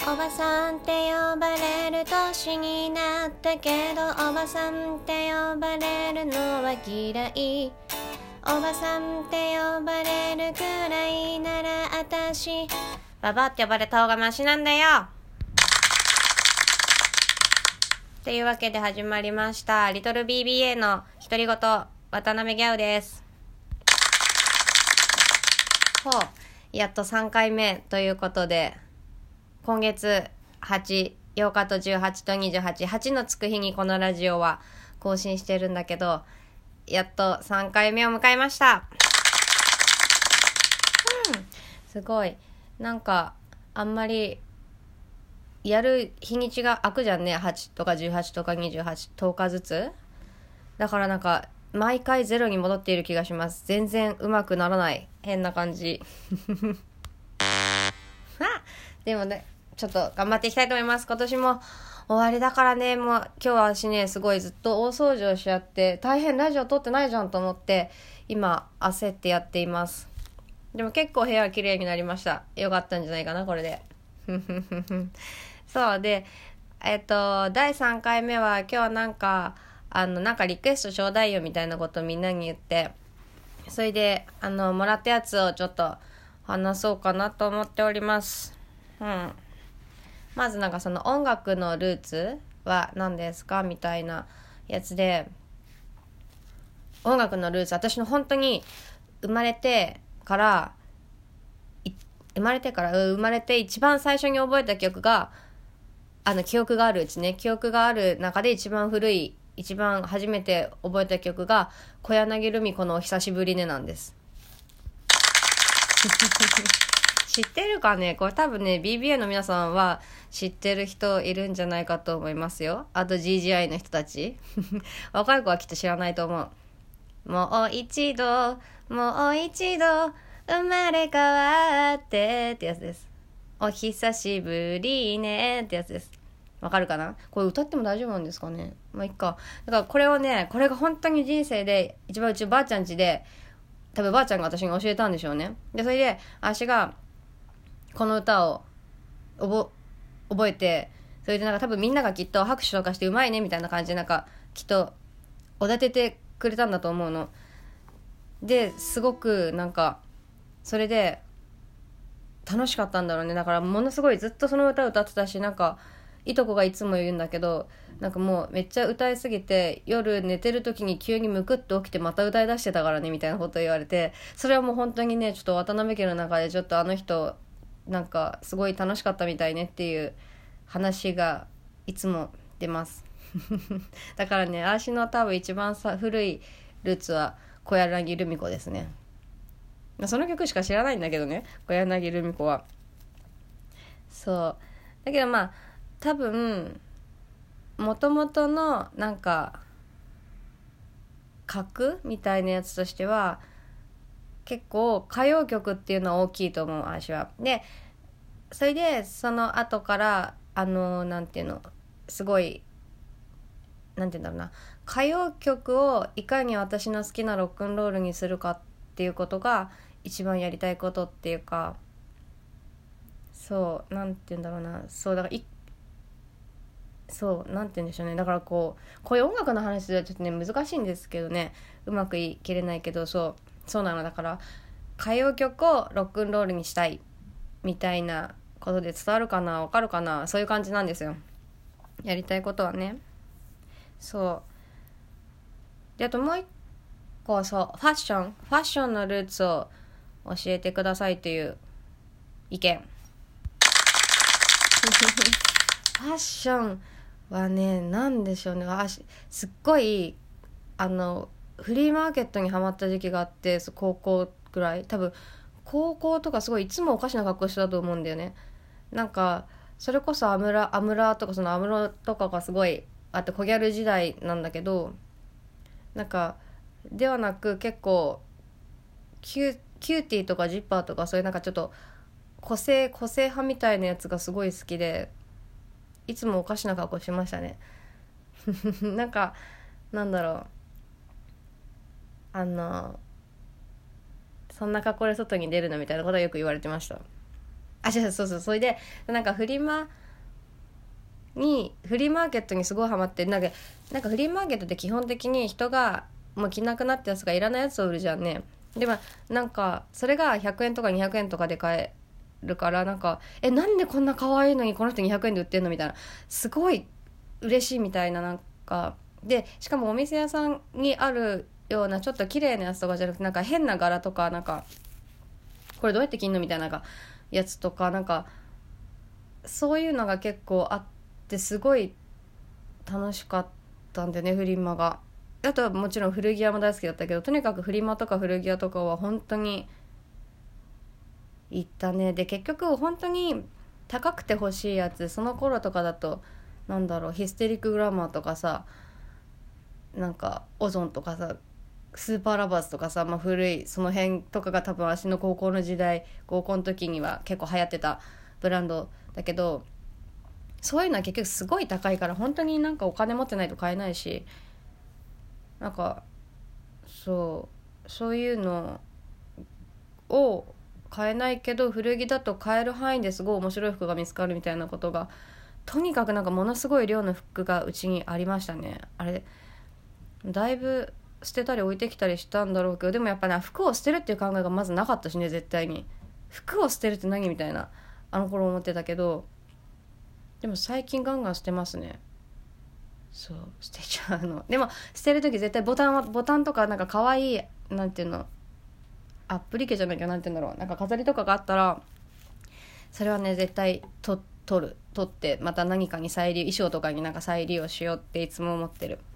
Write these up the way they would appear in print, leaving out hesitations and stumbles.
おばさんって呼ばれる年になったけど、おばさんって呼ばれるのは嫌い。おばさんって呼ばれるくらいならあたしババって呼ばれた方がマシなんだよっていうわけで始まりましたリトル BBA の独り言、渡辺ギャウです。やっと3回目ということで、今月8日と18と28、8のつく日にこのラジオは更新してるんだけど、やっと3回目を迎えました。すごい。なんかあんまりやる日にちが空くじゃんね。8とか18とか28、10日ずつ。だからなんか毎回ゼロに戻っている気がします。全然うまくならない。変な感じ。でもね、ちょっと頑張っていきたいと思います。今年も終わりだからね。もう今日は私ね、すごいずっと大掃除をしちゃって大変、ラジオ撮ってないじゃんと思って今焦ってやっています。でも結構部屋は綺麗になりました。よかったんじゃないかな、これで。そうで、第3回目は今日はなんかリクエストちょうだいよみたいなことをみんなに言って、それでもらったやつをちょっと話そうかなと思っております。まずなんかその音楽のルーツは何ですかみたいなやつで、音楽のルーツ、私の本当に生まれて一番最初に覚えた曲が記憶があるうちね、記憶がある中で一番古い、一番初めて覚えた曲が小柳ルミ子のお久しぶりねなんです。知ってるかね。これ多分ね BBA の皆さんは知ってる人いるんじゃないかと思いますよ。あと GGI の人たち若い子はきっと知らないと思う。もう一度生まれ変わってってやつです。お久しぶりねってやつです。わかるかな。これ歌っても大丈夫なんですかね。まあいっか。だからこれをね、これが本当に人生で一番うちばあちゃん家で、多分ばあちゃんが私に教えたんでしょうね。でそれで私がこの歌を覚えて、それでなんか多分みんながきっと拍手とかしてうまいねみたいな感じでなんかきっとおだててくれたんだと思うのですごくなんかそれで楽しかったんだろうね。だからものすごいずっとその歌を歌ってたし、なんかいとこがいつも言うんだけど、なんかもうめっちゃ歌いすぎて夜寝てる時に急にムクッと起きてまた歌い出してたからねみたいなことを言われて、それはもう本当にね、ちょっと渡辺家の中でちょっとあの人なんかすごい楽しかったみたいねっていう話がいつも出ますだからね、私の多分一番古いルーツは小柳ルミ子ですね。その曲しか知らないんだけどね、小柳ルミ子は。そうだけどまあ多分元々のなんか格みたいなやつとしては結構歌謡曲っていうのは大きいと思う、私は。でそれでその後からなんていうの、すごいなんていうんだろうな、歌謡曲をいかに私の好きなロックンロールにするかっていうことが一番やりたいことっていうか、そうなんていうんだろうな、そうだからそうなんて言うんでしょうね。だからこういう音楽の話ではちょっとね難しいんですけどね、うまく言い切れないけど、そうなの。だから歌謡曲をロックンロールにしたいみたいなことで伝わるかな、わかるかな、そういう感じなんですよ、やりたいことはね。そうで、あともう一個はファッションのルーツを教えてくださいという意見ファッションはね、なんでしょうね、すっごいフリーマーケットにハマった時期があって、高校ぐらい、多分高校とかすごいいつもおかしな格好してたと思うんだよね。なんかそれこそアムラとかそのアムロとかがすごいあってコギャル時代なんだけど、なんかではなく結構キューティーとかジッパーとかそういうなんかちょっと個性派みたいなやつがすごい好きで、いつもおかしな格好しましたねなんかなんだろう、そんな格好で外に出るのみたいなことはよく言われてました。 そうそう、それでなんかフリマーケットにすごいハマって、なんかフリーマーケットって基本的に人がもう着なくなったやつがいらないやつを売るじゃんね。でもなんかそれが100円とか200円とかで買えるから、なんかなんでこんな可愛いのにこの人200円で売ってんのみたいな、すごい嬉しいみたいな。なんかでしかもお店屋さんにあるようなちょっと綺麗なやつとかじゃなくて、なんか変な柄とか、なんかこれどうやって着んのみたいなやつとか、なんかそういうのが結構あって、すごい楽しかったんでね、フリマが。あとはもちろん古着屋も大好きだったけど、とにかくフリマとか古着屋とかは本当に行ったね。で結局本当に高くて欲しいやつ、その頃とかだとなんだろう、ヒステリックグラマーとかさ、なんかオゾンとかさ、スーパーラバーズとかさ、古いその辺とかが多分私の高校の時には結構流行ってたブランドだけど、そういうのは結局すごい高いから、本当になんかお金持ってないと買えないし、なんかそういうのを買えないけど、古着だと買える範囲ですごい面白い服が見つかるみたいなことが、とにかくなんかものすごい量の服がうちにありましたね。あれだいぶ捨てたり置いてきたりしたんだろうけど、でもやっぱね、服を捨てるっていう考えがまずなかったしね、絶対に。服を捨てるって何みたいな、あの頃思ってたけど、でも最近ガンガン捨てますね。そう捨てちゃうの。でも捨てる時絶対ボタンとか、なんか可愛いなんていうの、アプリケじゃなきゃなんていうんだろう、なんか飾りとかがあったら、それはね絶対取ってまた何かに再利用、衣装とかになんか再利用しようっていつも思ってる。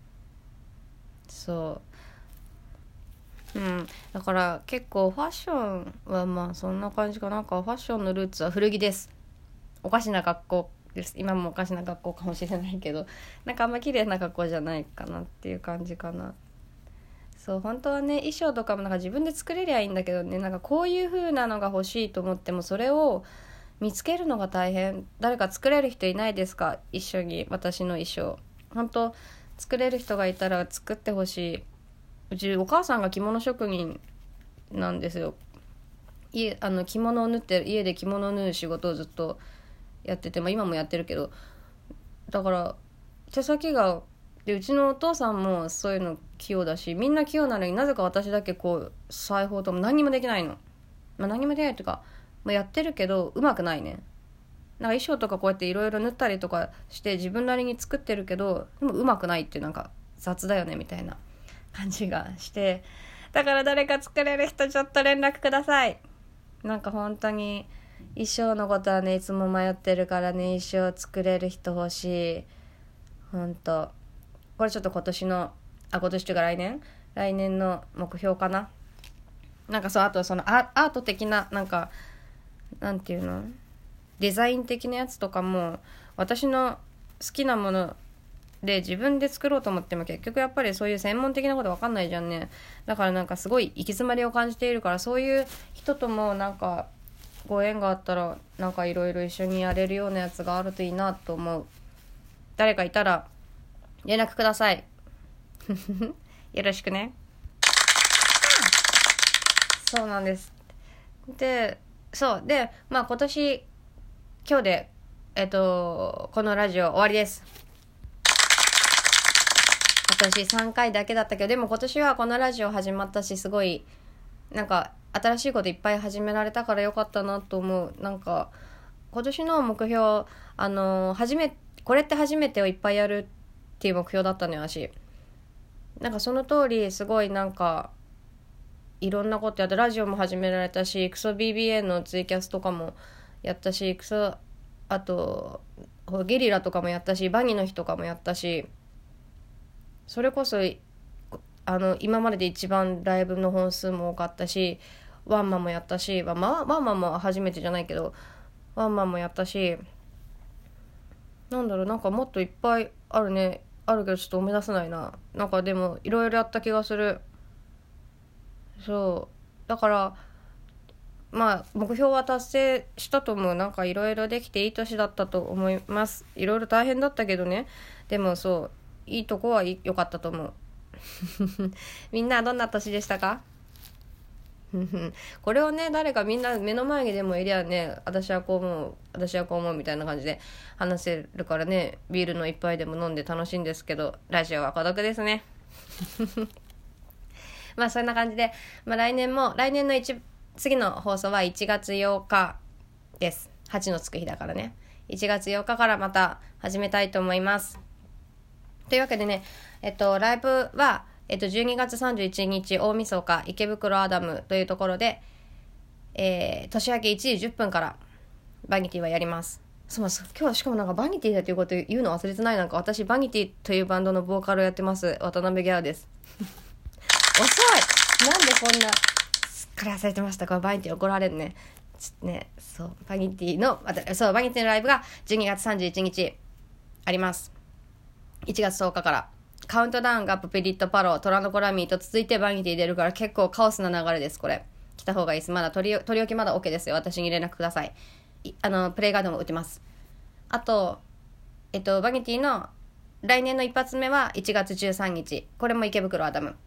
だから結構ファッションはそんな感じかなんか。ファッションのルーツは古着です。おかしな格好です。今もおかしな格好かもしれないけど、なんかあんま綺麗な格好じゃないかなっていう感じかな。そう本当はね、衣装とかもなんか自分で作れりゃいいんだけどね、なんかこういう風なのが欲しいと思ってもそれを見つけるのが大変。誰か作れる人いないですか？一緒に私の衣装。本当作れる人がいたら作ってほしい。うちお母さんが着物職人なんですよ。着物を縫って、家で着物を縫う仕事をずっとやってて、今もやってるけど、だから手先がで、うちのお父さんもそういうの器用だし、みんな器用なのになぜか私だけこう裁縫とも何にもできないの。何もできないというか、やってるけどうまくないね。なんか衣装とかこうやっていろいろ縫ったりとかして自分なりに作ってるけど、でもうまくないっていう、なんか雑だよねみたいな感じがして、だから誰か作れる人ちょっと連絡ください。なんか本当に衣装のことはね、いつも迷ってるからね、衣装作れる人欲しい。本当これちょっと今年というか来年の目標かな。なんかそう、あとそのアート的な、なんかなんていうの、デザイン的なやつとかも私の好きなもので自分で作ろうと思っても結局やっぱりそういう専門的なこと分かんないじゃんね。だからなんかすごい行き詰まりを感じているから、そういう人ともなんかご縁があったら、なんかいろいろ一緒にやれるようなやつがあるといいなと思う。誰かいたら連絡くださいよろしくね。そうなんです。で今年今日でこのラジオ終わりです。今年3回だけだったけど、でも今年はこのラジオ始まったし、すごいなんか新しいこといっぱい始められたからよかったなと思う。なんか今年の目標、これって初めてをいっぱいやるっていう目標だったのよ、私。なんかその通り、すごいなんかいろんなことやって、ラジオも始められたし、クソ BBA のツイキャスとかもやったし、あとゲリラとかもやったし、バニーの日とかもやったし、それこそ今までで一番ライブの本数も多かったし、ワンマンもやったし、ワンマンも初めてじゃないけどワンマンもやったし、なんだろう、なんかもっといっぱいあるね。あるけどちょっと思い出せないな。なんかでもいろいろやった気がする。そうだから目標は達成したと思う。なんかいろいろできていい年だったと思います。いろいろ大変だったけどね、でもいいとこは良かったと思うみんなはどんな年でしたか？ これをね、誰かみんな目の前にでもいりゃね、私はこう思う、私はこう思うみたいな感じで話せるからね、ビールの一杯でも飲んで楽しいんですけど、ラジオは孤独ですね。まあそんな感じで、来年の次の放送は1月8日です。8のつく日だからね。1月8日からまた始めたいと思います。というわけでね、ライブは、12月31日大晦日池袋アダムというところで、年明け1時10分からバニティはやります。今日はしかもなんかバニティだということ言うの忘れてない。なんか私バニティというバンドのボーカルをやってます渡辺ギャーです。遅い。なんでこんなすっかり忘れてましたか。バニティ怒られるね。バニティのライブが12月31日あります。1月10日からカウントダウンがプペリットパロトラノコラミーと続いてバニティ出るから、結構カオスな流れです。これ来た方がいいです。まだ取り置きまだ OK ですよ。私に連絡ください。プレイガードも売ってます。あとバニティの来年の一発目は1月13日、これも池袋アダム。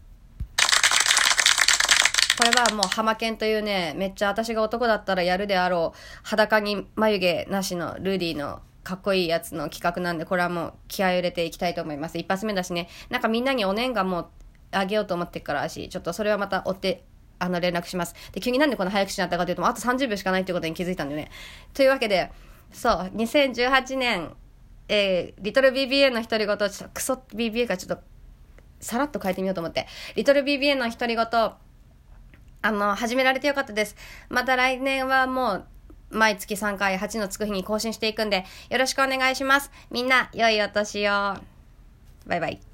これはもうハマケンというね、めっちゃ私が男だったらやるであろう裸に眉毛なしのルディのかっこいいやつの企画なんで、これはもう気合を入れていきたいと思います。一発目だしね、なんかみんなにお年賀もあげようと思ってるからちょっとそれはまた追って連絡します。で、急になんでこんな早口になったかというと、あと30秒しかないということに気づいたんだよね。というわけで、2018年、リトル BBA の独り言、ちょっとクソ BBA からちょっとさらっと変えてみようと思って、リトル BBA の独り言始められてよかったです。また来年はもう毎月3回8のつく日に更新していくんで、よろしくお願いします。みんな良いお年を。バイバイ。